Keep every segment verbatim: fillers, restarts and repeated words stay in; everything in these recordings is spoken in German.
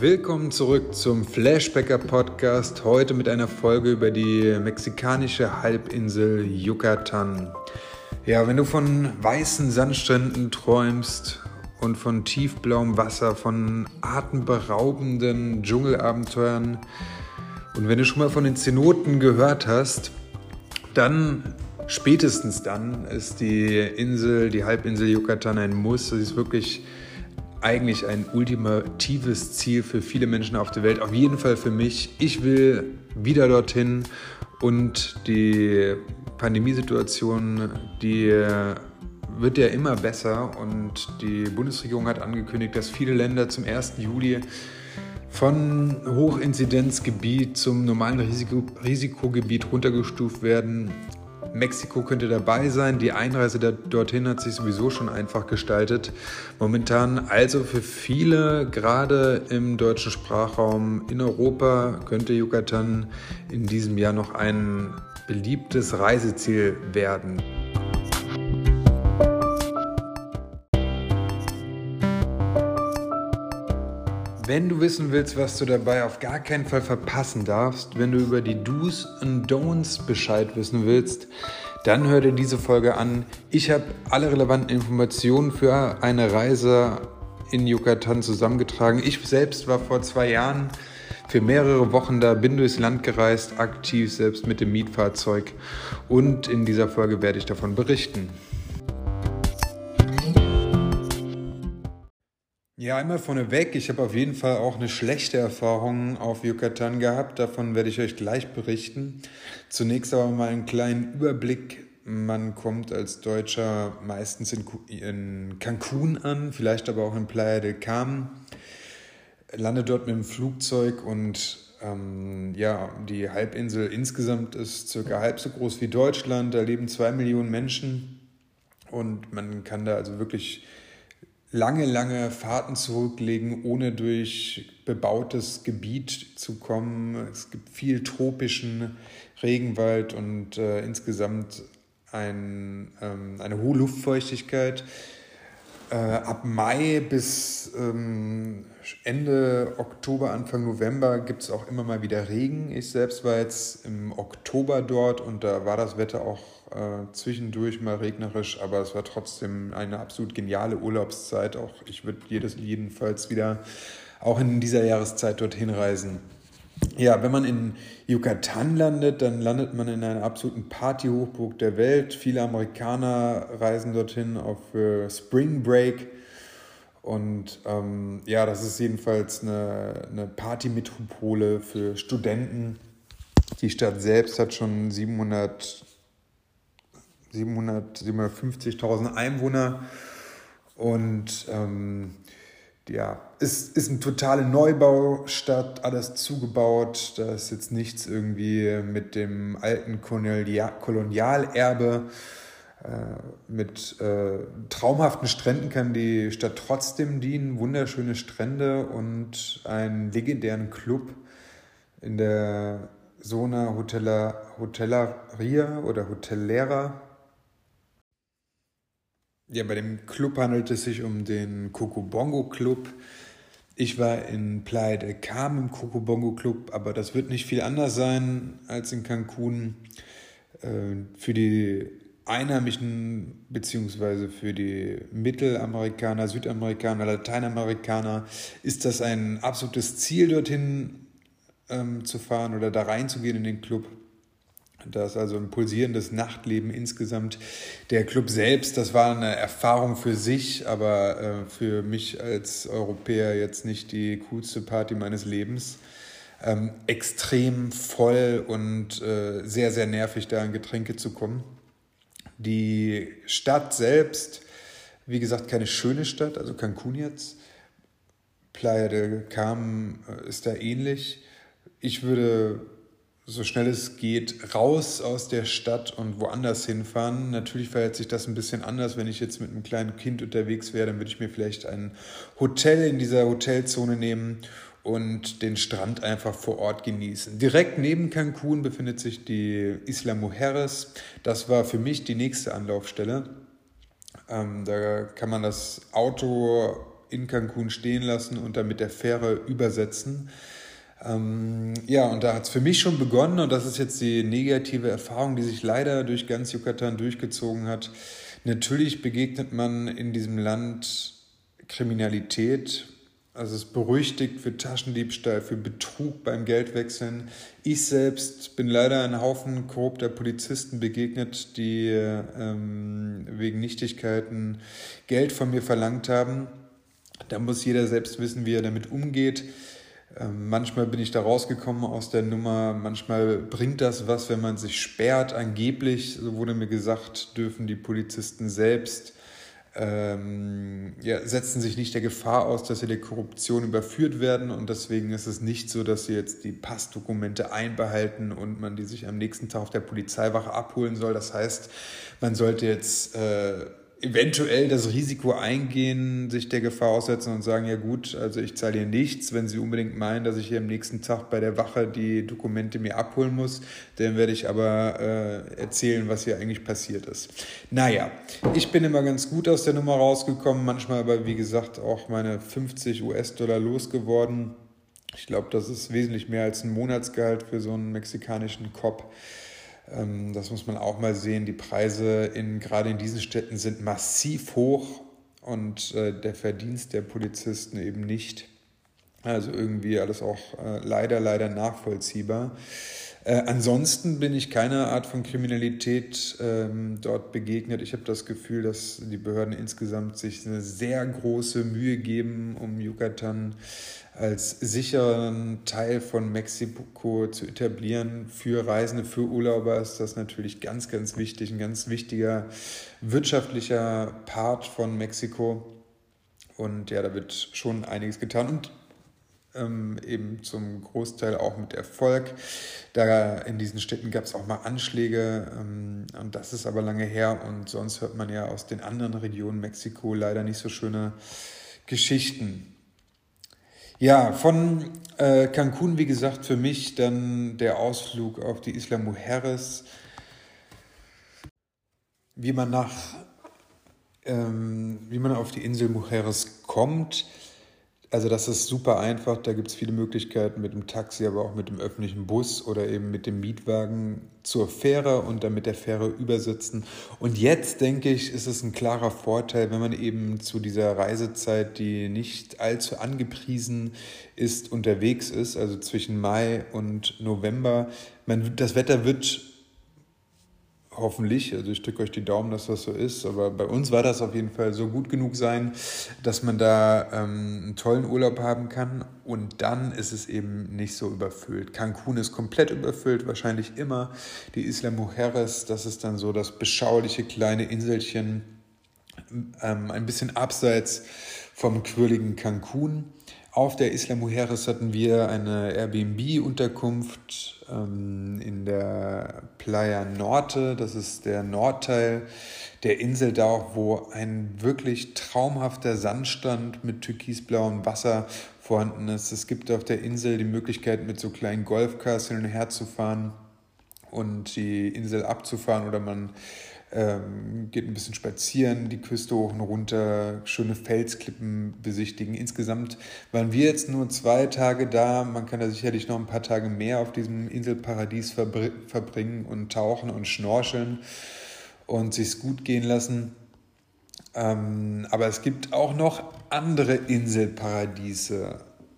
Willkommen zurück zum Flashbacker Podcast, heute mit einer Folge über die mexikanische Halbinsel Yucatan. Ja, wenn du von weißen Sandstränden träumst und von tiefblauem Wasser, von atemberaubenden Dschungelabenteuern und wenn du schon mal von den Zenoten gehört hast, dann, spätestens dann, ist die Insel, die Halbinsel Yucatan ein Muss. Sie ist wirklich eigentlich ein ultimatives Ziel für viele Menschen auf der Welt, auf jeden Fall für mich. Ich will wieder dorthin und die Pandemiesituation, die wird ja immer besser und die Bundesregierung hat angekündigt, dass viele Länder zum ersten Juli von Hochinzidenzgebiet zum normalen Risiko, Risikogebiet runtergestuft werden. Mexiko könnte dabei sein. Die Einreise dorthin hat sich sowieso schon einfach gestaltet. Momentan also für viele, gerade im deutschen Sprachraum in Europa, könnte Yucatan in diesem Jahr noch ein beliebtes Reiseziel werden. Wenn du wissen willst, was du dabei auf gar keinen Fall verpassen darfst, wenn du über die Do's und Don'ts Bescheid wissen willst, dann hör dir diese Folge an. Ich habe alle relevanten Informationen für eine Reise in Yucatan zusammengetragen. Ich selbst war vor zwei Jahren für mehrere Wochen da, bin durchs Land gereist, aktiv selbst mit dem Mietfahrzeug, und in dieser Folge werde ich davon berichten. Ja, einmal vorneweg, ich habe auf jeden Fall auch eine schlechte Erfahrung auf Yucatan gehabt, davon werde ich euch gleich berichten. Zunächst aber mal einen kleinen Überblick. Man kommt als Deutscher meistens in, in Cancun an, vielleicht aber auch in Playa del Carmen, landet dort mit dem Flugzeug und ähm, ja, die Halbinsel insgesamt ist circa halb so groß wie Deutschland, da leben zwei Millionen Menschen und man kann da also wirklich lange, lange Fahrten zurücklegen, ohne durch bebautes Gebiet zu kommen. Es gibt viel tropischen Regenwald und äh, insgesamt ein, ähm, eine hohe Luftfeuchtigkeit. Äh, ab Mai bis ähm, Ende Oktober, Anfang November gibt es auch immer mal wieder Regen. Ich selbst war jetzt im Oktober dort und da war das Wetter auch äh, zwischendurch mal regnerisch, aber es war trotzdem eine absolut geniale Urlaubszeit. Auch ich würde jedes, jedenfalls wieder auch in dieser Jahreszeit dorthin reisen. Ja, wenn man in Yucatan landet, dann landet man in einer absoluten Party-Hochburg der Welt. Viele Amerikaner reisen dorthin auf äh, Spring Break. Und ähm, ja, das ist jedenfalls eine, eine Party-Metropole für Studenten. Die Stadt selbst hat schon siebenhundert, siebenhundert, siebenhundertfünfzigtausend Einwohner und ähm, ja, es ist eine totale Neubaustadt, alles zugebaut. Da ist jetzt nichts irgendwie mit dem alten Kolonial- Kolonialerbe. Äh, mit äh, traumhaften Stränden kann die Stadt trotzdem dienen. Wunderschöne Strände und einen legendären Club in der Zona Hotela, Hotelaria oder Hotelera. Ja, bei dem Club handelt es sich um den Cocobongo Club. Ich war in Playa del Carmen im Cocobongo Club, aber das wird nicht viel anders sein als in Cancun. Für die Einheimischen bzw. für die Mittelamerikaner, Südamerikaner, Lateinamerikaner ist das ein absolutes Ziel, dorthin ähm, zu fahren oder da reinzugehen in den Club. Da ist also ein pulsierendes Nachtleben insgesamt. Der Club selbst, das war eine Erfahrung für sich, aber äh, für mich als Europäer jetzt nicht die coolste Party meines Lebens. Ähm, extrem voll und äh, sehr, sehr nervig, da an Getränke zu kommen. Die Stadt selbst, wie gesagt, keine schöne Stadt, also Cancun jetzt. Playa del Carmen ist da ähnlich. Ich würde so schnell es geht raus aus der Stadt und woanders hinfahren. Natürlich verhält sich das ein bisschen anders. Wenn ich jetzt mit einem kleinen Kind unterwegs wäre, dann würde ich mir vielleicht ein Hotel in dieser Hotelzone nehmen und den Strand einfach vor Ort genießen. Direkt neben Cancun befindet sich die Isla Mujeres. Das war für mich die nächste Anlaufstelle. Ähm, da kann man das Auto in Cancun stehen lassen und dann mit der Fähre übersetzen. Ähm, ja, und da hat es für mich schon begonnen, und das ist jetzt die negative Erfahrung, die sich leider durch ganz Yucatan durchgezogen hat. Natürlich begegnet man in diesem Land Kriminalität. Also es ist berüchtigt für Taschendiebstahl, für Betrug beim Geldwechseln. Ich selbst bin leider einem Haufen korrupter Polizisten begegnet, die ähm, wegen Nichtigkeiten Geld von mir verlangt haben. Da muss jeder selbst wissen, wie er damit umgeht. Ähm, manchmal bin ich da rausgekommen aus der Nummer, manchmal bringt das was, wenn man sich sperrt. Angeblich, so wurde mir gesagt, dürfen die Polizisten selbst Ähm, ja, setzen sich nicht der Gefahr aus, dass sie der Korruption überführt werden, und deswegen ist es nicht so, dass sie jetzt die Passdokumente einbehalten und man die sich am nächsten Tag auf der Polizeiwache abholen soll. Das heißt, man sollte jetzt äh, eventuell das Risiko eingehen, sich der Gefahr aussetzen und sagen, ja gut, also ich zahle hier nichts. Wenn Sie unbedingt meinen, dass ich hier am nächsten Tag bei der Wache die Dokumente mir abholen muss, dann werde ich aber äh, erzählen, was hier eigentlich passiert ist. Naja, ich bin immer ganz gut aus der Nummer rausgekommen, manchmal aber, wie gesagt, auch meine fünfzig US-Dollar losgeworden. Ich glaube, das ist wesentlich mehr als ein Monatsgehalt für so einen mexikanischen Cop. Das muss man auch mal sehen. Die Preise in, gerade in diesen Städten sind massiv hoch und äh, der Verdienst der Polizisten eben nicht. Also irgendwie alles auch äh, leider, leider nachvollziehbar. Äh, ansonsten bin ich keiner Art von Kriminalität ähm, dort begegnet. Ich habe das Gefühl, dass die Behörden insgesamt sich eine sehr große Mühe geben, um Yucatan als sicheren Teil von Mexiko zu etablieren. Für Reisende, für Urlauber ist das natürlich ganz, ganz wichtig, ein ganz wichtiger wirtschaftlicher Part von Mexiko. Und ja, da wird schon einiges getan und ähm, eben zum Großteil auch mit Erfolg. Da in diesen Städten gab es auch mal Anschläge, ähm, und das ist aber lange her, und sonst hört man ja aus den anderen Regionen Mexiko leider nicht so schöne Geschichten. Ja, von äh, Cancun, wie gesagt, für mich dann der Ausflug auf die Isla Mujeres. Wie man nach, ähm, wie man auf die Insel Mujeres kommt, also das ist super einfach, da gibt es viele Möglichkeiten mit dem Taxi, aber auch mit dem öffentlichen Bus oder eben mit dem Mietwagen zur Fähre und dann mit der Fähre übersetzen. Und jetzt, denke ich, ist es ein klarer Vorteil, wenn man eben zu dieser Reisezeit, die nicht allzu angepriesen ist, unterwegs ist, also zwischen Mai und November. Man, das Wetter wird hoffentlich, also ich drücke euch die Daumen, dass das so ist, aber bei uns war das auf jeden Fall so gut genug sein, dass man da ähm, einen tollen Urlaub haben kann, und dann ist es eben nicht so überfüllt. Cancun ist komplett überfüllt, wahrscheinlich immer. Die Isla Mujeres, das ist dann so das beschauliche kleine Inselchen, ähm, ein bisschen abseits vom quirligen Cancun. Auf der Isla Mujeres hatten wir eine Airbnb-Unterkunft ähm, in der Playa Norte. Das ist der Nordteil der Insel, da auch, wo ein wirklich traumhafter Sandstrand mit türkisblauem Wasser vorhanden ist. Es gibt auf der Insel die Möglichkeit, mit so kleinen Golfcars hin und her zu fahren und die Insel abzufahren, oder man Ähm, geht ein bisschen spazieren, die Küste hoch und runter, schöne Felsklippen besichtigen. Insgesamt waren wir jetzt nur zwei Tage da. Man kann da sicherlich noch ein paar Tage mehr auf diesem Inselparadies verbr- verbringen und tauchen und schnorcheln und sich's gut gehen lassen. Ähm, aber es gibt auch noch andere Inselparadiese.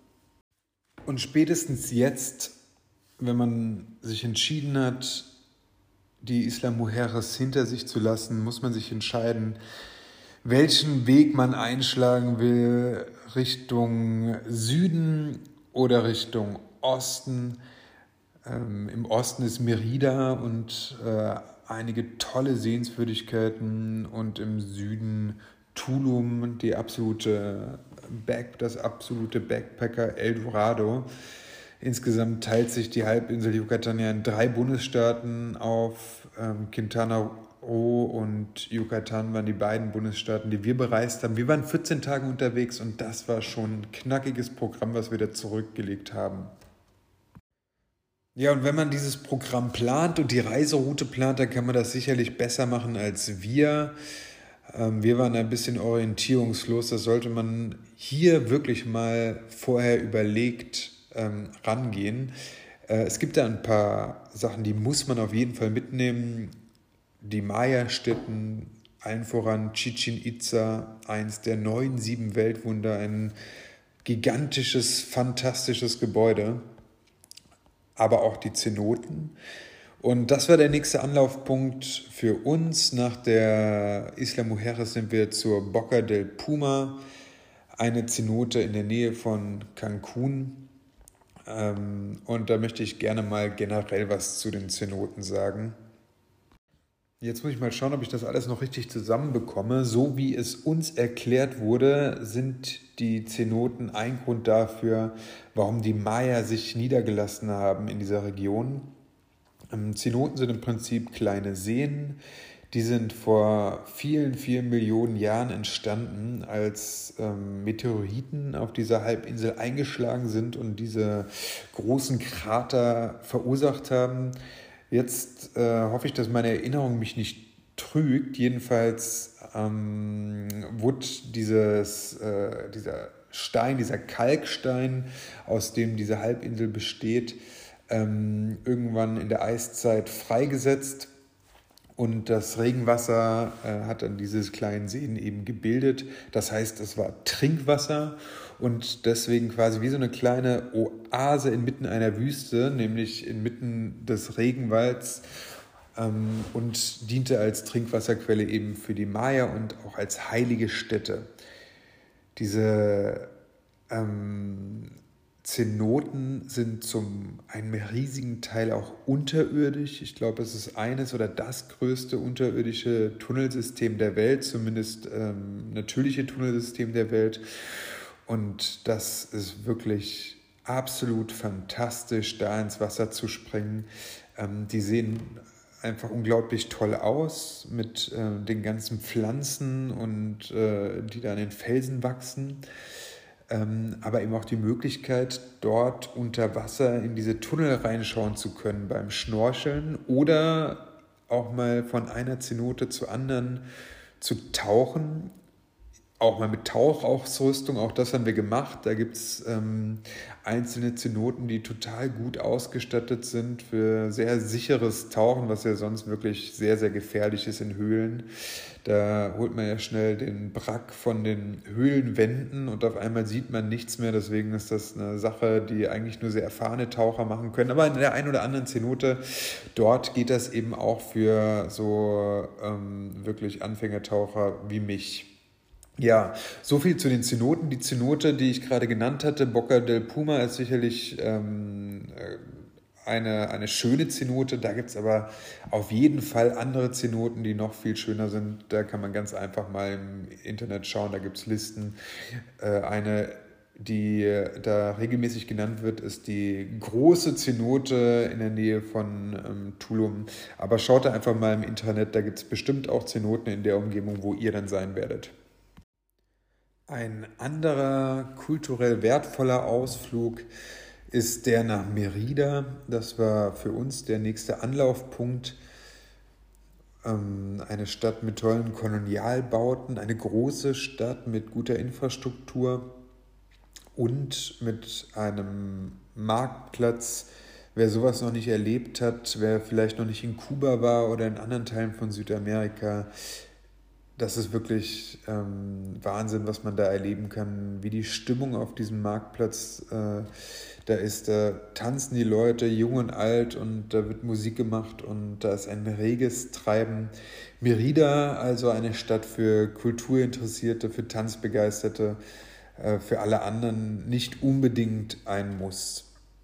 Und spätestens jetzt, wenn man sich entschieden hat, die Isla Mujeres hinter sich zu lassen, muss man sich entscheiden, welchen Weg man einschlagen will, Richtung Süden oder Richtung Osten. Ähm, Im Osten ist Mérida und äh, einige tolle Sehenswürdigkeiten, und im Süden Tulum, die absolute Back, das absolute Backpacker Eldorado. Insgesamt teilt sich die Halbinsel Yucatan ja in drei Bundesstaaten auf. Ähm, Quintana Roo und Yucatan waren die beiden Bundesstaaten, die wir bereist haben. Wir waren vierzehn Tage unterwegs, und das war schon ein knackiges Programm, was wir da zurückgelegt haben. Ja, und wenn man dieses Programm plant und die Reiseroute plant, dann kann man das sicherlich besser machen als wir. Ähm, wir waren ein bisschen orientierungslos. Das sollte man hier wirklich mal vorher überlegt ähm, rangehen. Äh, es gibt da ein paar Sachen, die muss man auf jeden Fall mitnehmen. Die Maya-Stätten, allen voran Chichén Itzá, eins der neuen sieben Weltwunder, ein gigantisches, fantastisches Gebäude, aber auch die Zenoten. Und das war der nächste Anlaufpunkt für uns. Nach der Isla Mujeres sind wir zur Boca del Puma, eine Zenote in der Nähe von Cancún. Ähm, und da möchte ich gerne mal generell was zu den Zenoten sagen. Jetzt muss ich mal schauen, ob ich das alles noch richtig zusammenbekomme. So wie es uns erklärt wurde, sind die Zenoten ein Grund dafür, warum die Maya sich niedergelassen haben in dieser Region. Zenoten sind im Prinzip kleine Seen. Die sind vor vielen, vielen Millionen Jahren entstanden, als ähm, Meteoriten auf dieser Halbinsel eingeschlagen sind und diese großen Krater verursacht haben. Jetzt äh, hoffe ich, dass meine Erinnerung mich nicht trügt. Jedenfalls ähm, wurde dieses, äh, dieser Stein, dieser Kalkstein, aus dem diese Halbinsel besteht, ähm, irgendwann in der Eiszeit freigesetzt. Und das Regenwasser äh, hat dann diese kleinen Seen eben gebildet. Das heißt, es war Trinkwasser und deswegen quasi wie so eine kleine Oase inmitten einer Wüste, nämlich inmitten des Regenwalds, ähm, und diente als Trinkwasserquelle eben für die Maya und auch als heilige Stätte. Diese ähm, Zenoten sind zum einem riesigen Teil auch unterirdisch. Ich glaube, es ist eines oder das größte unterirdische Tunnelsystem der Welt, zumindest ähm, natürliche Tunnelsystem der Welt. Und das ist wirklich absolut fantastisch, da ins Wasser zu springen. Ähm, die sehen einfach unglaublich toll aus mit äh, den ganzen Pflanzen und äh, die da an den Felsen wachsen. Ähm, aber eben auch die Möglichkeit, dort unter Wasser in diese Tunnel reinschauen zu können beim Schnorcheln oder auch mal von einer Zenote zur anderen zu tauchen. Auch mal mit Tauchausrüstung, auch das haben wir gemacht. Da gibt es ähm, einzelne Zenoten, die total gut ausgestattet sind für sehr sicheres Tauchen, was ja sonst wirklich sehr, sehr gefährlich ist in Höhlen. Da holt man ja schnell den Brack von den Höhlenwänden und auf einmal sieht man nichts mehr. Deswegen ist das eine Sache, die eigentlich nur sehr erfahrene Taucher machen können. Aber in der einen oder anderen Zenote, dort geht das eben auch für so ähm, wirklich Anfängertaucher wie mich. Ja, so viel zu den Zenoten. Die Zenote, die ich gerade genannt hatte, Boca del Puma, ist sicherlich ähm, eine, eine schöne Zenote. Da gibt es aber auf jeden Fall andere Zenoten, die noch viel schöner sind. Da kann man ganz einfach mal im Internet schauen, da gibt es Listen. Äh, eine, die da regelmäßig genannt wird, ist die große Zenote in der Nähe von ähm, Tulum. Aber schaut da einfach mal im Internet, da gibt es bestimmt auch Zenoten in der Umgebung, wo ihr dann sein werdet. Ein anderer kulturell wertvoller Ausflug ist der nach Mérida. Das war für uns der nächste Anlaufpunkt. Ähm, eine Stadt mit tollen Kolonialbauten, eine große Stadt mit guter Infrastruktur und mit einem Marktplatz. Wer sowas noch nicht erlebt hat, wer vielleicht noch nicht in Kuba war oder in anderen Teilen von Südamerika, das ist wirklich ähm, Wahnsinn, was man da erleben kann, wie die Stimmung auf diesem Marktplatz äh, da ist. Da tanzen die Leute, jung und alt, und da wird Musik gemacht und da ist ein reges Treiben. Mérida, also eine Stadt für Kulturinteressierte, für Tanzbegeisterte, äh, für alle anderen nicht unbedingt ein Muss.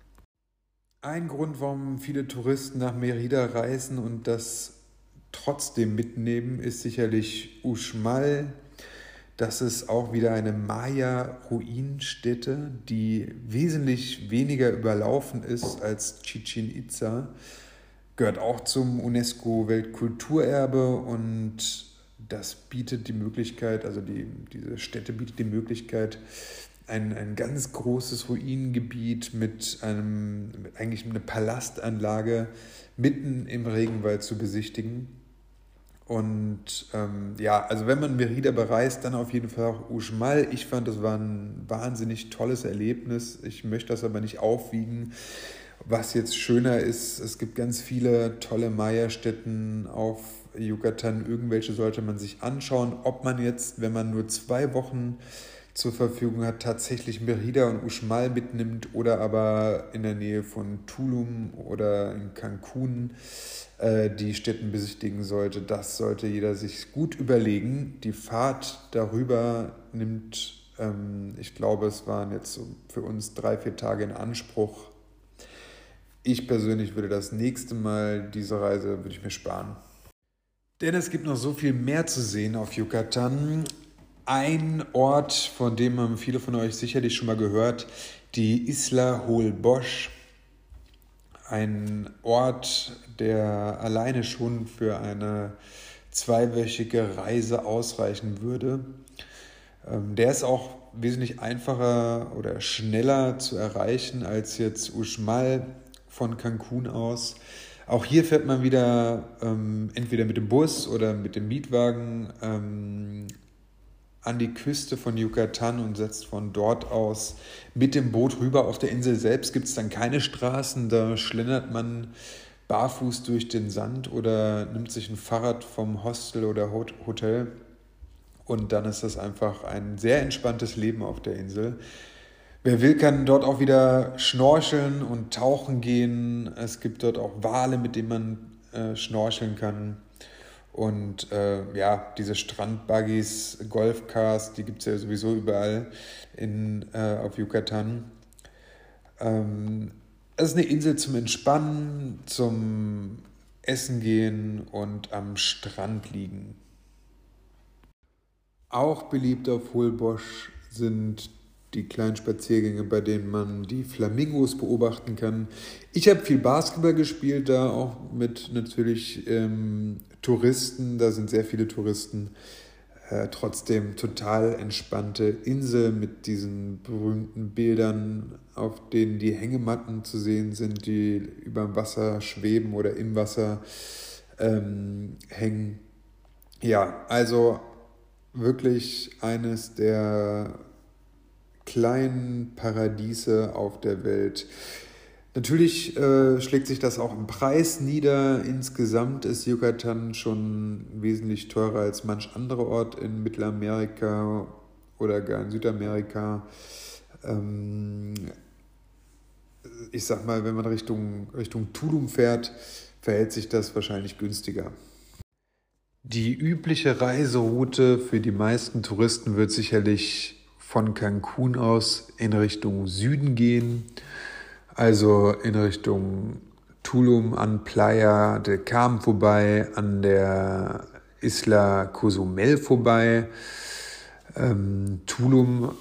Ein Grund, warum viele Touristen nach Mérida reisen und das trotzdem mitnehmen, ist sicherlich Uxmal. Das ist auch wieder eine Maya-Ruinenstätte, die wesentlich weniger überlaufen ist als Chichén Itzá. Gehört auch zum UNESCO-Weltkulturerbe und das bietet die Möglichkeit, also die, diese Stätte bietet die Möglichkeit, ein, ein ganz großes Ruinengebiet mit einem, mit eigentlich eine Palastanlage mitten im Regenwald zu besichtigen. Und ähm, ja, also wenn man Mérida bereist, dann auf jeden Fall auch Uxmal. Ich fand, das war ein wahnsinnig tolles Erlebnis. Ich möchte das aber nicht aufwiegen, was jetzt schöner ist. Es gibt ganz viele tolle Maya-Stätten auf Yucatan. Irgendwelche sollte man sich anschauen. Ob man jetzt, wenn man nur zwei Wochen zur Verfügung hat, tatsächlich Mérida und Uxmal mitnimmt oder aber in der Nähe von Tulum oder in Cancun äh, die Städten besichtigen sollte, das sollte jeder sich gut überlegen. Die Fahrt darüber nimmt, ähm, ich glaube, es waren jetzt so für uns drei, vier Tage in Anspruch. Ich persönlich würde das nächste Mal diese Reise, würde ich mir sparen. Denn es gibt noch so viel mehr zu sehen auf Yucatan. Ein Ort, von dem haben viele von euch sicherlich schon mal gehört, die Isla Holbox. Ein Ort, der alleine schon für eine zweiwöchige Reise ausreichen würde. Der ist auch wesentlich einfacher oder schneller zu erreichen als jetzt Uxmal von Cancun aus. Auch hier fährt man wieder ähm, entweder mit dem Bus oder mit dem Mietwagen ähm, an die Küste von Yucatan und setzt von dort aus mit dem Boot rüber. Auf der Insel selbst gibt es dann keine Straßen, da schlendert man barfuß durch den Sand oder nimmt sich ein Fahrrad vom Hostel oder Hotel und dann ist das einfach ein sehr entspanntes Leben auf der Insel. Wer will, kann dort auch wieder schnorcheln und tauchen gehen. Es gibt dort auch Wale, mit denen man äh, schnorcheln kann. Und äh, ja, diese Strandbuggies, Golfcars, die gibt es ja sowieso überall in, äh, auf Yucatan. Ähm, es ist eine Insel zum Entspannen, zum Essen gehen und am Strand liegen. Auch beliebt auf Holbox sind die kleinen Spaziergänge, bei denen man die Flamingos beobachten kann. Ich habe viel Basketball gespielt, da auch mit natürlich ähm, Touristen, da sind sehr viele Touristen. Äh, trotzdem total entspannte Insel mit diesen berühmten Bildern, auf denen die Hängematten zu sehen sind, die über dem Wasser schweben oder im Wasser ähm, hängen. Ja, also wirklich eines der kleinen Paradiese auf der Welt. Natürlich äh, schlägt sich das auch im Preis nieder. Insgesamt ist Yucatan schon wesentlich teurer als manch anderer Ort in Mittelamerika oder gar in Südamerika. Ähm, ich sag mal, wenn man Richtung, Richtung Tulum fährt, verhält sich das wahrscheinlich günstiger. Die übliche Reiseroute für die meisten Touristen wird sicherlich von Cancun aus in Richtung Süden gehen, also in Richtung Tulum, an Playa del Carmen vorbei, an der Isla Cozumel vorbei. Ähm, Tulum,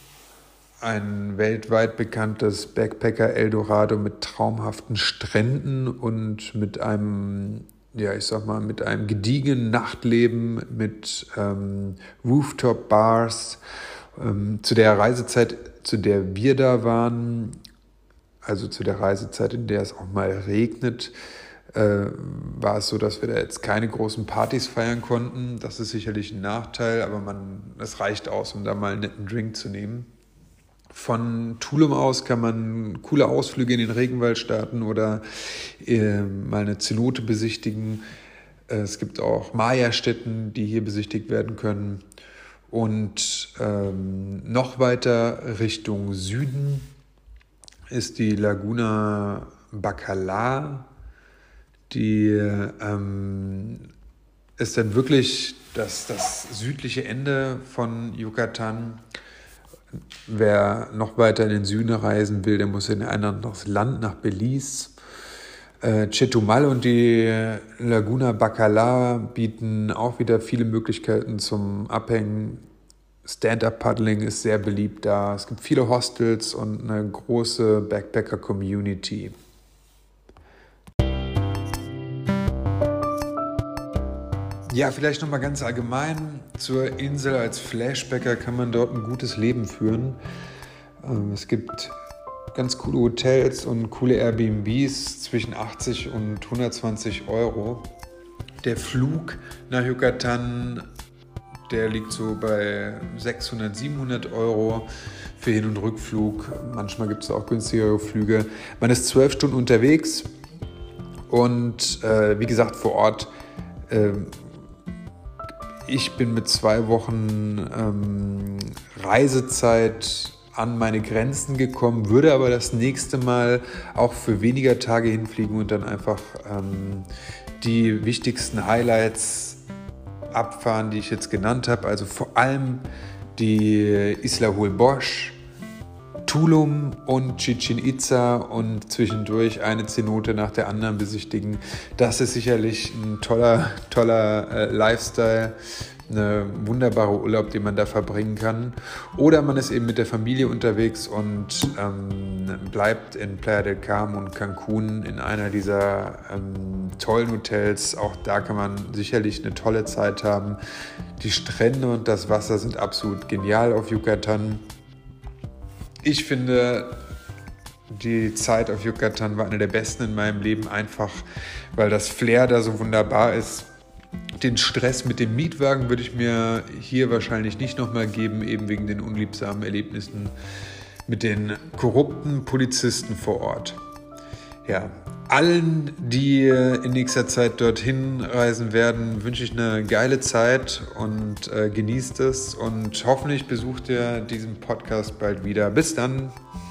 ein weltweit bekanntes Backpacker-Eldorado mit traumhaften Stränden und mit einem, ja, ich sag mal, mit einem gediegenen Nachtleben, mit ähm, Rooftop-Bars. Ähm, zu der Reisezeit, zu der wir da waren, also zu der Reisezeit, in der es auch mal regnet, äh, war es so, dass wir da jetzt keine großen Partys feiern konnten. Das ist sicherlich ein Nachteil, aber man, es reicht aus, um da mal einen netten Drink zu nehmen. Von Tulum aus kann man coole Ausflüge in den Regenwald starten oder äh, mal eine Zenote besichtigen. Äh, es gibt auch Maya-Stätten, die hier besichtigt werden können. Und ähm, noch weiter Richtung Süden ist die Laguna Bacalar. Die ähm, ist dann wirklich das, das südliche Ende von Yucatan. Wer noch weiter in den Süden reisen will, der muss in ein anderes Land, nach Belize. Äh, Chetumal und die Laguna Bacalar bieten auch wieder viele Möglichkeiten zum Abhängen. Stand-up-Paddling ist sehr beliebt da. Es gibt viele Hostels und eine große Backpacker-Community. Ja, vielleicht nochmal ganz allgemein zur Insel. Als Flashbacker kann man dort ein gutes Leben führen. Es gibt ganz coole Hotels und coole Airbnbs zwischen achtzig und hundertzwanzig Euro Der Flug nach Yucatan, der liegt so bei sechshundert, siebenhundert Euro für Hin- und Rückflug. Manchmal gibt es auch günstigere Flüge. Man ist zwölf Stunden unterwegs und äh, wie gesagt vor Ort. Äh, ich bin mit zwei Wochen ähm, Reisezeit an meine Grenzen gekommen, würde aber das nächste Mal auch für weniger Tage hinfliegen und dann einfach ähm, die wichtigsten Highlights abfahren, die ich jetzt genannt habe. Also vor allem die Isla Holbox, Tulum und Chichén Itzá und zwischendurch eine Cenote nach der anderen besichtigen. Das ist sicherlich ein toller, toller äh, Lifestyle, eine wunderbare Urlaub, den man da verbringen kann. Oder man ist eben mit der Familie unterwegs und ähm, bleibt in Playa del Carmen und Cancun in einer dieser ähm, tollen Hotels. Auch da kann man sicherlich eine tolle Zeit haben. Die Strände und das Wasser sind absolut genial auf Yucatan. Ich finde, die Zeit auf Yucatan war eine der besten in meinem Leben, einfach weil das Flair da so wunderbar ist. Den Stress mit dem Mietwagen würde ich mir hier wahrscheinlich nicht nochmal geben, eben wegen den unliebsamen Erlebnissen mit den korrupten Polizisten vor Ort. Ja, allen, die in nächster Zeit dorthin reisen werden, wünsche ich eine geile Zeit und äh, genießt es und hoffentlich besucht ihr diesen Podcast bald wieder. Bis dann!